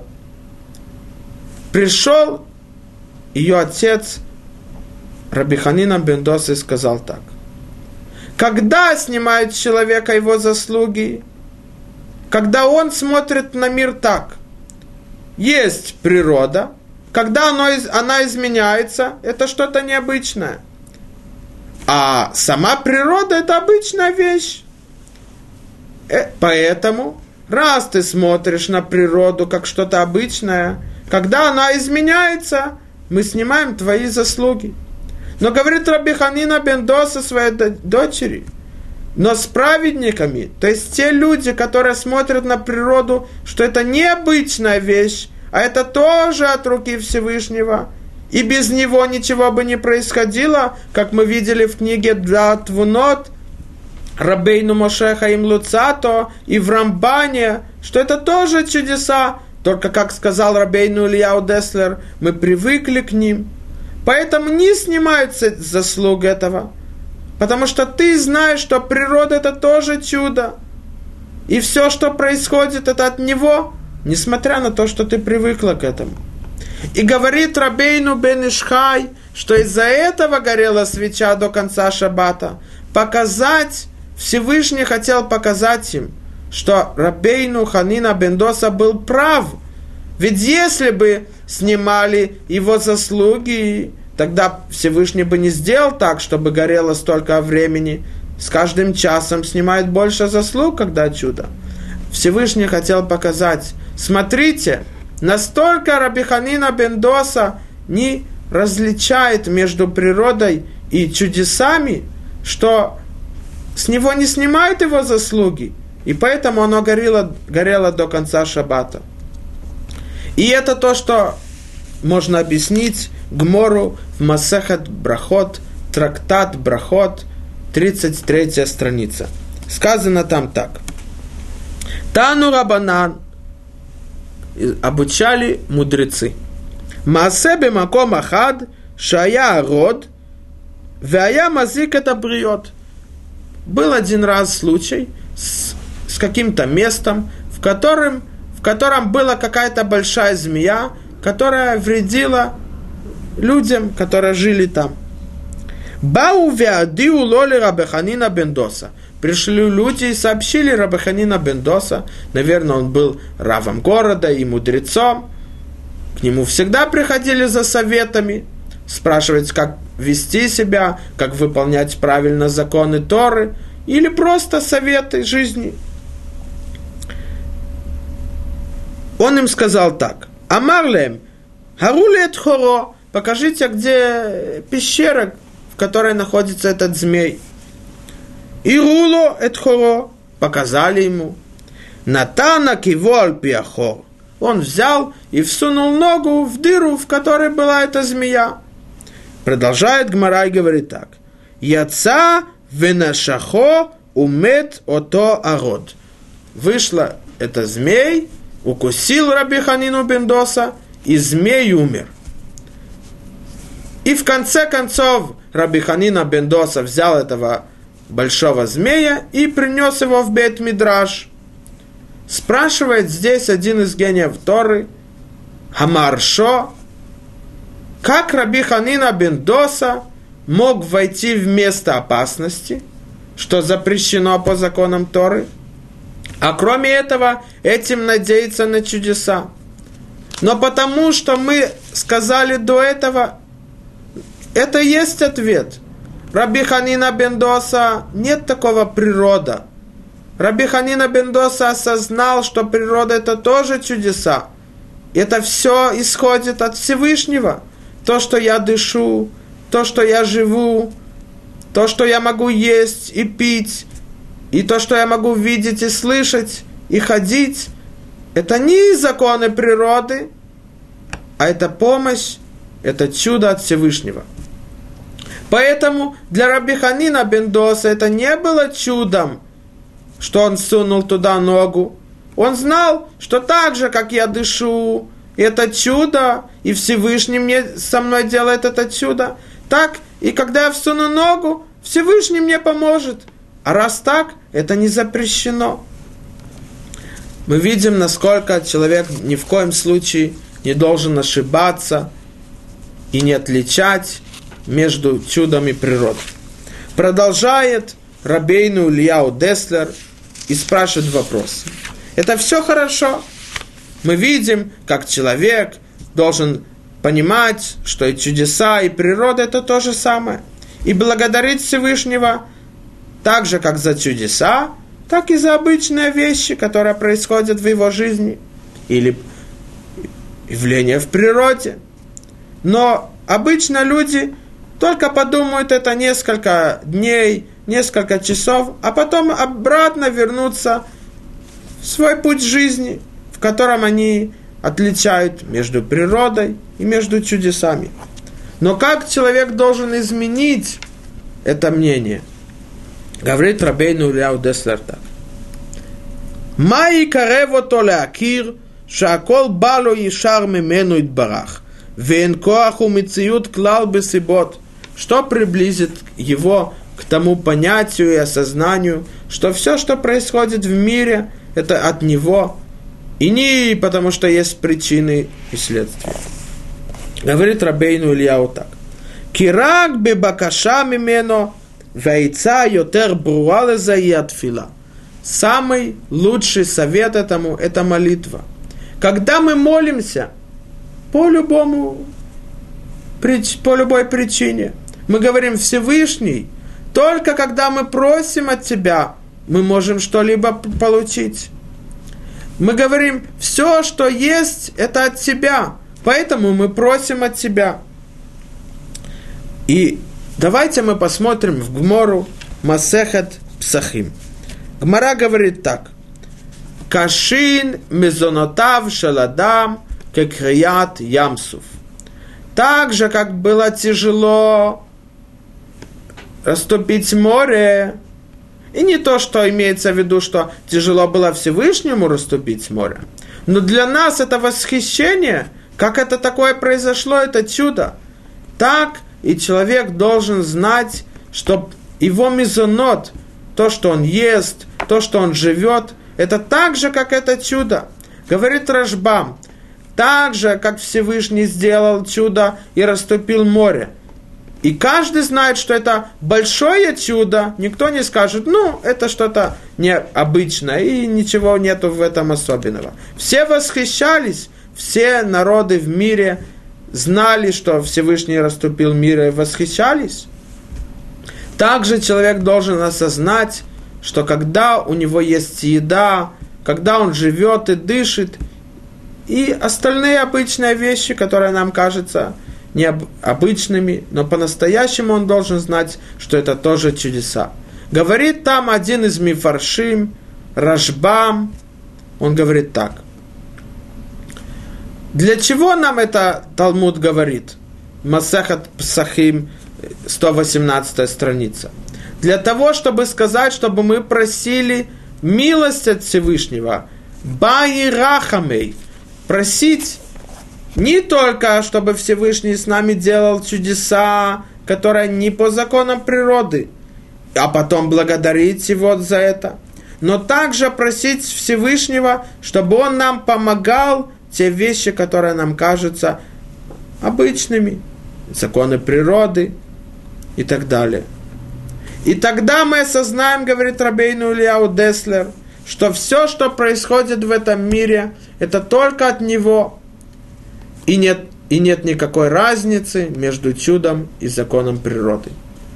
Пришел ее отец Раби Ханина бен Доса и сказал так. Когда снимают с человека его заслуги? Когда он смотрит на мир так. Есть природа. Когда оно, она изменяется, это что-то необычное. А сама природа – это обычная вещь. Поэтому, раз ты смотришь на природу как что-то обычное, когда она изменяется, мы снимаем твои заслуги. Но говорит Раби Ханина бен Доса своей дочери, но с праведниками, то есть те люди, которые смотрят на природу, что это необычная вещь, а это тоже от руки Всевышнего, и без него ничего бы не происходило, как мы видели в книге «Для Твунот», Рабейну Моше Хаим Луцато и в Рамбане, что это тоже чудеса, только, как сказал Рабейну Ильяу Деслер, мы привыкли к ним. Поэтому не снимаются заслуг этого, потому что ты знаешь, что природа – это тоже чудо, и все, что происходит, это от него, несмотря на то, что ты привыкла к этому. И говорит Рабейну бен Ишхай, что из-за этого горела свеча до конца шаббата. Показать, Всевышний хотел показать им, что Рабейну Ханина бен Доса был прав. Ведь если бы снимали его заслуги, тогда Всевышний бы не сделал так, чтобы горело столько времени. С каждым часом снимает больше заслуг, когда чудо. Всевышний хотел показать, смотрите, настолько Раби Ханина бен Доса не различает между природой и чудесами, что с него не снимают его заслуги, и поэтому оно горело, горело до конца шаббата. И это то, что можно объяснить Гмору в Масехет Брахот, трактат Брахот, тридцать третья страница. Сказано там так. Тану Рабанан, обучали мудрецы. Маасебе маком ахад, шая род, вая мазик это бриот. Был один раз случай с, с каким-то местом, в котором, в котором была какая-то большая змея, которая вредила людям, которые жили там. Бау веадиу лоли Раби Ханина бен Доса. пришли люди и сообщили Раби Ханина бен Доса, наверное, он был равом города и мудрецом, к нему всегда приходили за советами, спрашивать, как вести себя, как выполнять правильно законы Торы, или просто советы жизни. Он им сказал так: «Амарлем, харули эт хоро, покажите, где пещера, в которой находится этот змей». «Ируло эт хоро», показали ему. «Натана кивол пиахор». Он взял и всунул ногу в дыру, в которой была эта змея. Продолжает Гмара и говорит так: «Яца венашахо умет ото арод». Вышла эта змей, укусил Раби Ханину бен Доса, и змей умер. И в конце концов Раби Ханина бен Доса взял этого большого змея и принес его в Бейт-Мидраш. Спрашивает здесь один из гениев Торы, Хамаршо, как Раби Ханина бен Доса мог войти в место опасности, что запрещено по законам Торы, а кроме этого этим надеяться на чудеса. Но потому что мы сказали до этого, это есть ответ. Раби Ханина бен Доса нет такого природа. Раби Ханина бен Доса осознал, что природа это тоже чудеса. Это все исходит от Всевышнего. То, что я дышу, то, что я живу, то, что я могу есть и пить, и то, что я могу видеть и слышать, и ходить, это не законы природы, а это помощь, это чудо от Всевышнего. Поэтому для Раби Ханина бен Доса это не было чудом, что он сунул туда ногу. Он знал, что так же, как я дышу, это чудо, и Всевышний мне, со мной делает это чудо, так и когда я всуну ногу, Всевышний мне поможет. А раз так, это не запрещено. Мы видим, насколько человек ни в коем случае не должен ошибаться и не отличать между чудом и природой. Продолжает Рабейну Ильяу Деслер и спрашивает вопрос. Это все хорошо. Мы видим, как человек должен понимать, что и чудеса, и природа это то же самое. И благодарить Всевышнего так же, как за чудеса, так и за обычные вещи, которые происходят в его жизни. Или явления в природе. Но обычно люди только подумают это несколько дней, несколько часов, а потом обратно вернутся в свой путь жизни, в котором они отличают между природой и между чудесами. Но как человек должен изменить это мнение? Говорит Рабейну Ильяу Деслер так. «Маи карево то леакир, шаакол бало ешар мимену итбарах, вен коах умециют клал бесибот». Что приблизит его к тому понятию и осознанию, что все, что происходит в мире, это от него, и не потому, что есть причины и следствия. Говорит Рабейну Ильяу так. «Кирак бебакаша мимено вайца йотер бруа лезаи атфила». Самый лучший совет этому – это молитва. Когда мы молимся по любому, по любой причине, мы говорим: Всевышний, только когда мы просим от Тебя, мы можем что-либо получить. Мы говорим: все, что есть, это от Тебя, поэтому мы просим от Тебя. И давайте мы посмотрим в Гмору Масехет Псахим. Гмара говорит так. Кашин мезонотав шаладам кекрият ямсуф. Так же, как было тяжело растопить море, и не то, что имеется в виду, что тяжело было Всевышнему растопить море, но для нас это восхищение, как это такое произошло, это чудо. Так и человек должен знать, что его мезонот, то, что он ест, то, что он живет, это так же, как это чудо. Говорит Рашбам, так же, как Всевышний сделал чудо и растопил море, И каждый знает, что это большое чудо. Никто не скажет, ну, это что-то необычное, и ничего нету в этом особенного. Все восхищались, все народы в мире знали, что Всевышний расступил мир, и восхищались. Также человек должен осознать, что когда у него есть еда, когда он живет и дышит, и остальные обычные вещи, которые нам кажутся необычными, но по-настоящему он должен знать, что это тоже чудеса. Говорит там один из мифаршим, Рашбам, он говорит так. Для чего нам это Талмуд говорит? Масехет Псахим, сто восемнадцатая страница. Для того, чтобы сказать, чтобы мы просили милость от Всевышнего, Баи Рахамей, просить не только, чтобы Всевышний с нами делал чудеса, которые не по законам природы, а потом благодарить Его за это, но также просить Всевышнего, чтобы Он нам помогал те вещи, которые нам кажутся обычными, законы природы и так далее. И тогда мы осознаем, говорит Рабейну Ильяу Деслер, что все, что происходит в этом мире, это только от Него. И нет, и нет никакой разницы между чудом и законом природы.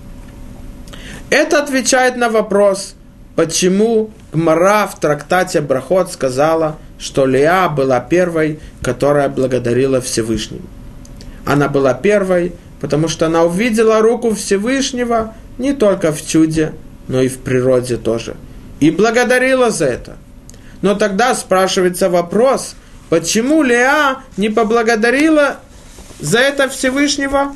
Это отвечает на вопрос, почему Гмара в трактате Брахот сказала, что Леа была первой, которая благодарила Всевышнего. Она была первой, потому что она увидела руку Всевышнего не только в чуде, но и в природе тоже. И благодарила за это. Но тогда спрашивается вопрос, почему Леа не поблагодарила за это Всевышнего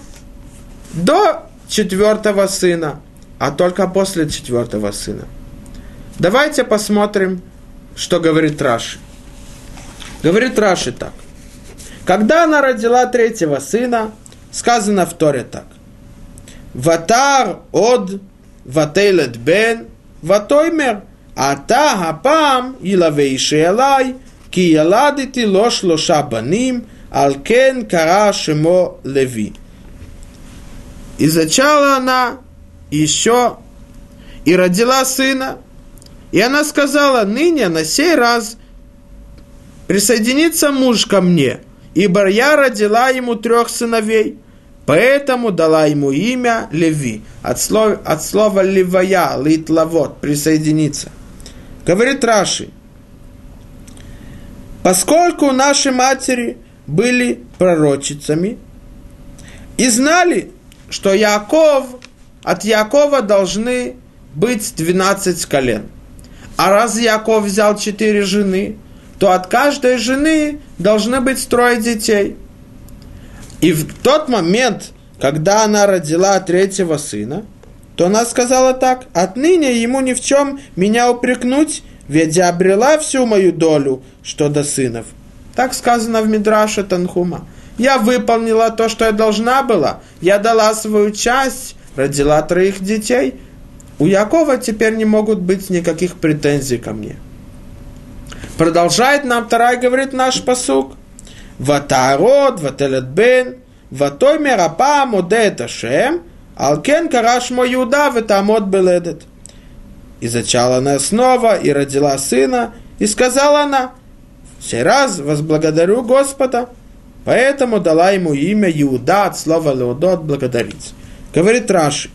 до четвертого сына, а только после четвертого сына? Давайте посмотрим, что говорит Раши. Говорит Раши так. Когда она родила третьего сына, сказано в Торе так. Ватар од вателет бен ватоймер ата хапам илавейши алай ки яладити ло шлоша баним ал кен кара шемо Леви. И зачала она еще и родила сына. И она сказала, ныне на сей раз присоединится муж ко мне, ибо я родила ему трех сыновей, поэтому дала ему имя Леви, от слова, от слова левая, литлавот, присоединиться. Говорит Раши, поскольку наши матери были пророчицами и знали, что Яаков, от Яакова должны быть двенадцать колен, а раз Яаков взял четыре жены, то от каждой жены должны быть трое детей. И в тот момент, когда она родила третьего сына, то она сказала так: отныне ему ни в чем меня упрекнуть, ведь я обрела всю мою долю, что до сынов. Так сказано в Мидраше Танхума. Я выполнила то, что я должна была. Я дала свою часть, родила троих детей. У Яакова теперь не могут быть никаких претензий ко мне. Продолжает нам Тора, говорит наш пасук. Ватарод, вателет бен, ватоймер апам одет Ашем, алкен караш мо Иуда ветамот беледет. И зачала она снова, и родила сына, и сказала она, в сей раз возблагодарю Господа, поэтому дала ему имя Иуда, от слова леодот, благодарить. Говорит Раши,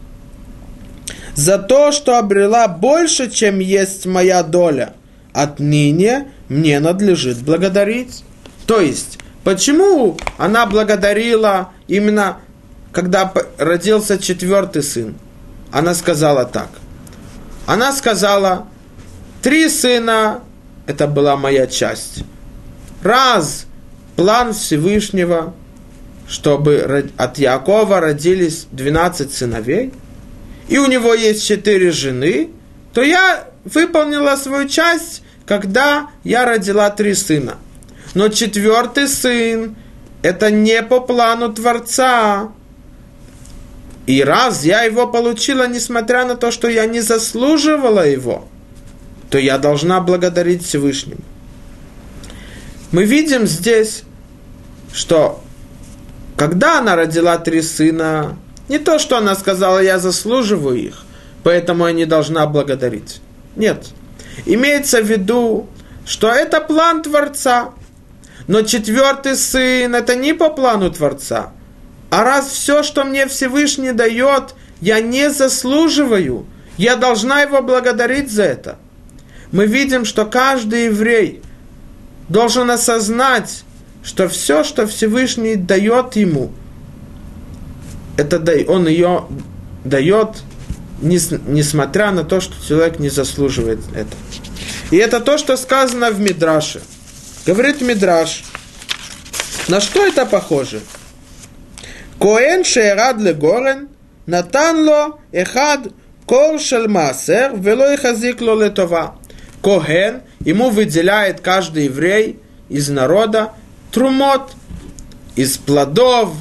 за то, что обрела больше, чем есть моя доля, отныне мне надлежит благодарить. То есть, почему она благодарила именно, когда родился четвертый сын? Она сказала так. Она сказала, три сына, это была моя часть. Раз план Всевышнего, чтобы от Яакова родились двенадцать сыновей, и у него есть четыре жены, то я выполнила свою часть, когда я родила три сына. Но четвертый сын – это не по плану Творца. И раз я его получила, несмотря на то, что я не заслуживала его, то я должна благодарить Всевышнему. Мы видим здесь, что когда она родила три сына, Не то, что она сказала, я заслуживаю их, поэтому я не должна благодарить. Нет. Имеется в виду, что это план Творца. Но четвертый сын – это не по плану Творца. А раз все, что мне Всевышний дает, я не заслуживаю, я должна его благодарить за это. Мы видим, что каждый еврей должен осознать, что все, что Всевышний дает ему, это он ее дает, несмотря на то, что человек не заслуживает это. И это то, что сказано в Мидраше. Говорит Мидраш, на что это похоже? Коэн шеэрад легорен, натан ло эхад кор шель маасер, вело эхазик ло летова. Коэн, ему выделяет каждый еврей из народа трумот, из плодов.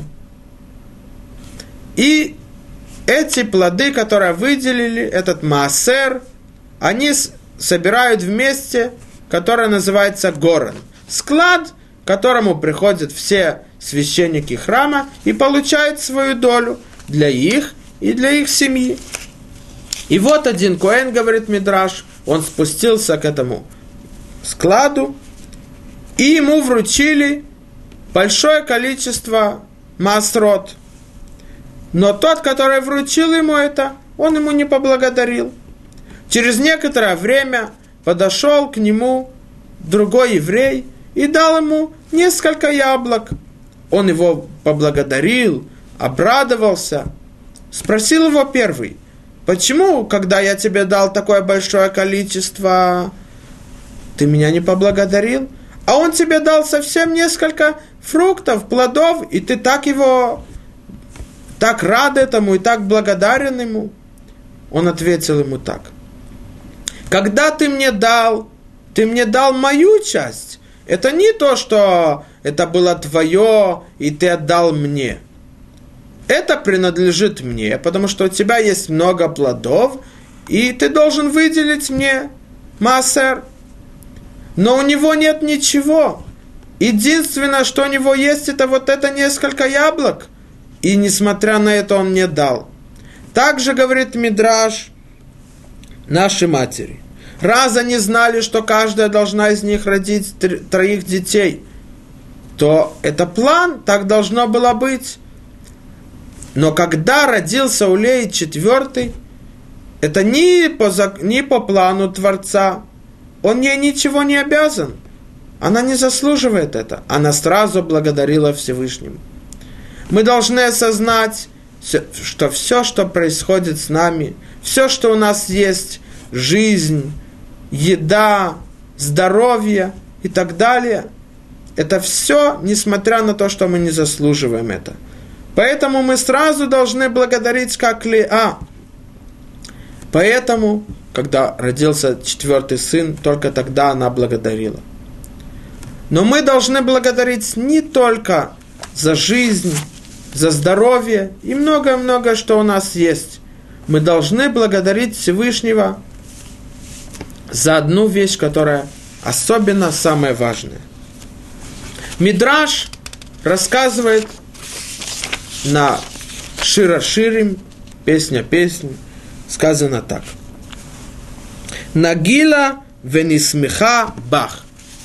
И эти плоды, которые выделили, этот маасер, они собирают вместе, которое называется горен. Склад, к которому приходят все священники храма и получают свою долю для их и для их семьи. И вот один коэн, говорит Мидраш, он спустился к этому складу, и ему вручили большое количество маасрот. Но тот, который вручил ему это, он ему не поблагодарил. Через некоторое время подошел к нему другой еврей и дал ему несколько яблок. Он его поблагодарил, обрадовался. Спросил его первый, почему, когда я тебе дал такое большое количество, ты меня не поблагодарил? А он тебе дал совсем несколько фруктов, плодов, и ты так его, так рад этому и так благодарен ему. Он ответил ему так. Когда ты мне дал, ты мне дал мою часть. Это не то, что это было твое, и ты отдал мне. Это принадлежит мне, потому что у тебя есть много плодов, и ты должен выделить мне маасер. Но у него нет ничего. Единственное, что у него есть, это вот это несколько яблок. И несмотря на это он мне дал. Также говорит Мидраш, наши матери. Раз они знали, что каждая должна из них родить троих детей, то это план, так должно было быть. Но когда родился у Леи четвертый, это не по, не по плану Творца. Он ей ничего не обязан. Она не заслуживает это. Она сразу благодарила Всевышнему. Мы должны осознать, что все, что происходит с нами, все, что у нас есть, жизнь, еда, здоровье и так далее, это все, несмотря на то, что мы не заслуживаем это. Поэтому мы сразу должны благодарить, как Леа. Поэтому, когда родился четвертый сын, только тогда она благодарила. Но мы должны благодарить не только за жизнь, за здоровье и многое-многое, что у нас есть. Мы должны благодарить Всевышнего за одну вещь, которая особенно самая важная. Мидраш рассказывает на Шир ха-Ширим, песня песнь, сказано так. Нагила венисмеха бах.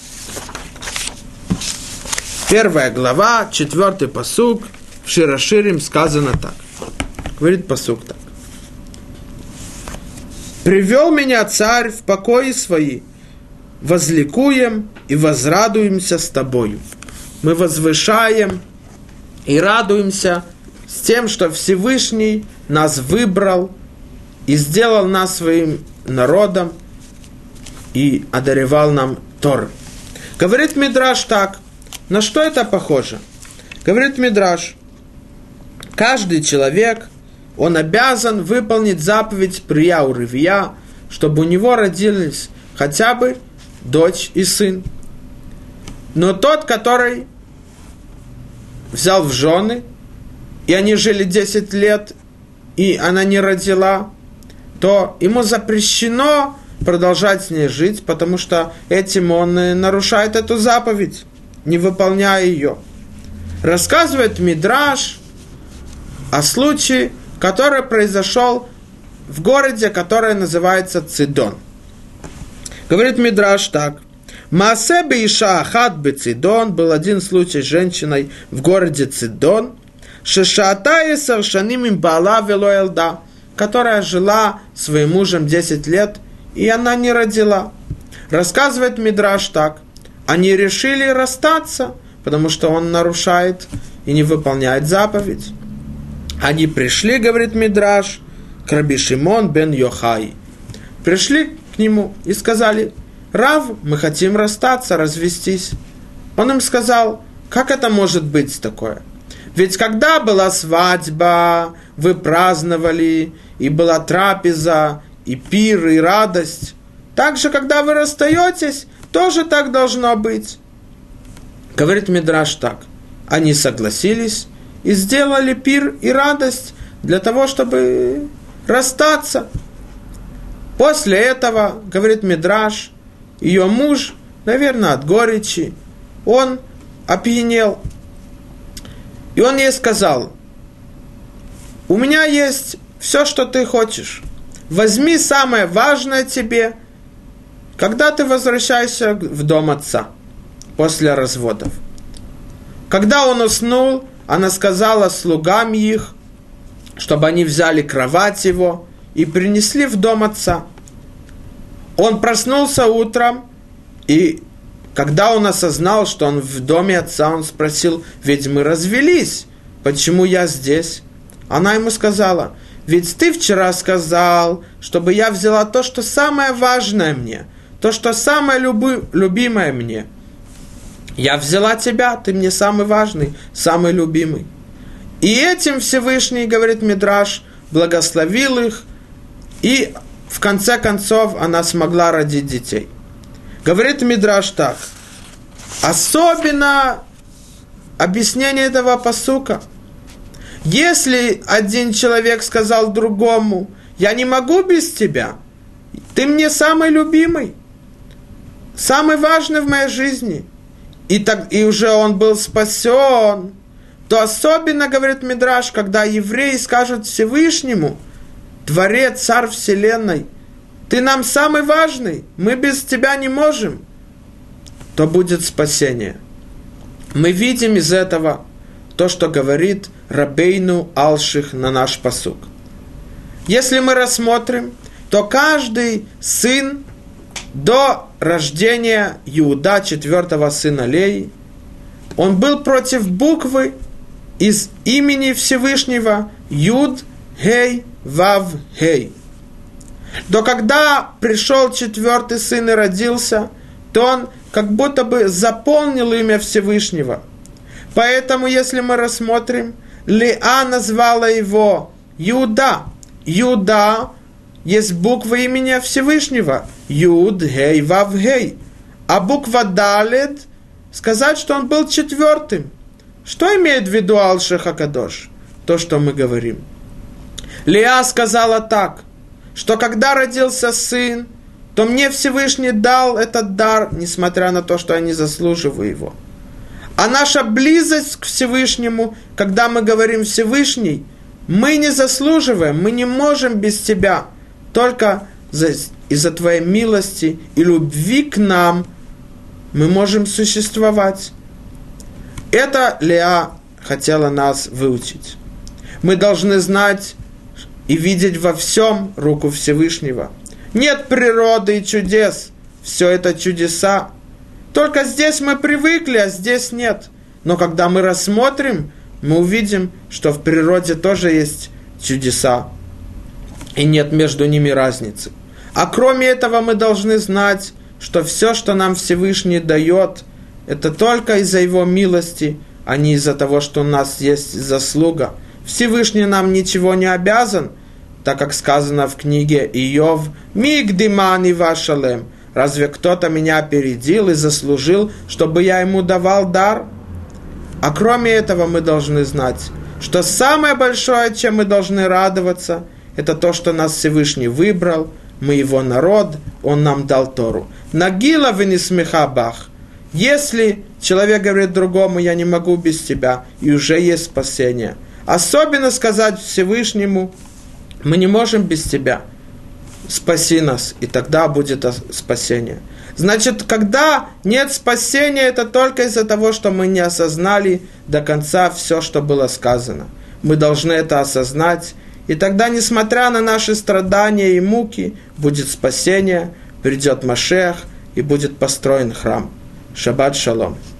Первая глава, четвертый пасук, в Шир ха-Ширим сказано так. Говорит пасук так. «Привел меня царь в покои свои, возликуем и возрадуемся с тобою». Мы возвышаем и радуемся с тем, что Всевышний нас выбрал и сделал нас своим народом и одаревал нам Тору. Говорит Мидраш так. На что это похоже? Говорит Мидраш, каждый человек, он обязан выполнить заповедь Прия Уревия, чтобы у него родились хотя бы дочь и сын. Но тот, который взял в жены, и они жили десять лет, и она не родила, то ему запрещено продолжать с ней жить, потому что этим он нарушает эту заповедь, не выполняя ее. Рассказывает Мидраш о случае, который произошел в городе, который называется Цидон. Говорит Мидраш так. Маасе бе-иша ахат бе-Цидон, был один случай с женщиной в городе Цидон, шешаатае саршаним им баала вело элда, которая жила своим мужем десять лет, и она не родила. Рассказывает Мидраш так. Они решили расстаться, потому что он нарушает и не выполняет заповедь. Они пришли, говорит Мидраш, к Раби Шимон бен Йохай. Пришли к нему и сказали: Рав, мы хотим расстаться, развестись. Он им сказал: как это может быть такое? Ведь когда была свадьба, вы праздновали, и была трапеза, и пир, и радость. Так же, когда вы расстаетесь, тоже так должно быть. Говорит Мидраш так. Они согласились и сделали пир и радость для того, чтобы расстаться. После этого, говорит Мидраш, ее муж, наверное, от горечи, он опьянел. И он ей сказал: у меня есть все, что ты хочешь. Возьми самое важное тебе, когда ты возвращаешься в дом отца после разводов. Когда он уснул, она сказала слугам их, чтобы они взяли кровать его и принесли в дом отца. Он проснулся утром, и когда он осознал, что он в доме отца, он спросил: ведь мы развелись, почему я здесь? Она ему сказала: ведь ты вчера сказал, чтобы я взяла то, что самое важное мне, то, что самое люби- любимое мне. Я взяла тебя, ты мне самый важный, самый любимый. И этим Всевышний, говорит Мидраш, благословил их, и в конце концов она смогла родить детей. Говорит Мидраш так. Особенно объяснение этого пасука. Если один человек сказал другому: я не могу без тебя, ты мне самый любимый, самый важный в моей жизни, и, так, и уже он был спасен, то особенно, говорит Мидраш, когда евреи скажут Всевышнему: Творец, Царь Вселенной, ты нам самый важный, мы без тебя не можем, то будет спасение. Мы видим из этого то, что говорит Рабейну Алших на наш пасук. Если мы рассмотрим, то каждый сын до рождения Иуда, четвертого сына Леи, он был против буквы из имени Всевышнего Юд, Хей, Вав, Хей. Но когда пришел четвертый сын и родился, то он как будто бы заполнил имя Всевышнего. Поэтому, если мы рассмотрим, Леа назвала его Иуда. Иуда есть буква имени Всевышнего. Юд, Гей, Вав, Гей. А буква Далед сказать, что он был четвертым. Что имеет в виду Алших Акадош? То, что мы говорим. Леа сказала так, что когда родился сын, то мне Всевышний дал этот дар, несмотря на то, что я не заслуживаю его. А наша близость к Всевышнему, когда мы говорим Всевышний, мы не заслуживаем, мы не можем без тебя. Только из-за твоей милости и любви к нам мы можем существовать. Это Леа хотела нас выучить. Мы должны знать и видеть во всем руку Всевышнего. Нет природы и чудес, все это чудеса. Только здесь мы привыкли, а здесь нет. Но когда мы рассмотрим, мы увидим, что в природе тоже есть чудеса. И нет между ними разницы. А кроме этого мы должны знать, что все, что нам Всевышний дает, это только из-за Его милости, а не из-за того, что у нас есть заслуга. Всевышний нам ничего не обязан, так как сказано в книге Иов: «Мигдимани вашалем». Разве кто-то меня опередил и заслужил, чтобы я ему давал дар? А кроме этого мы должны знать, что самое большое, чем мы должны радоваться, это то, что нас Всевышний выбрал, мы его народ, он нам дал Тору. Нагила венисмеха бах. Если человек говорит другому: я не могу без тебя, и уже есть спасение. Особенно сказать Всевышнему: мы не можем без тебя, спаси нас, и тогда будет спасение. Значит, когда нет спасения, это только из-за того, что мы не осознали до конца все, что было сказано. Мы должны это осознать, и тогда, несмотря на наши страдания и муки, будет спасение, придет Машиах, и будет построен храм. Шаббат шалом.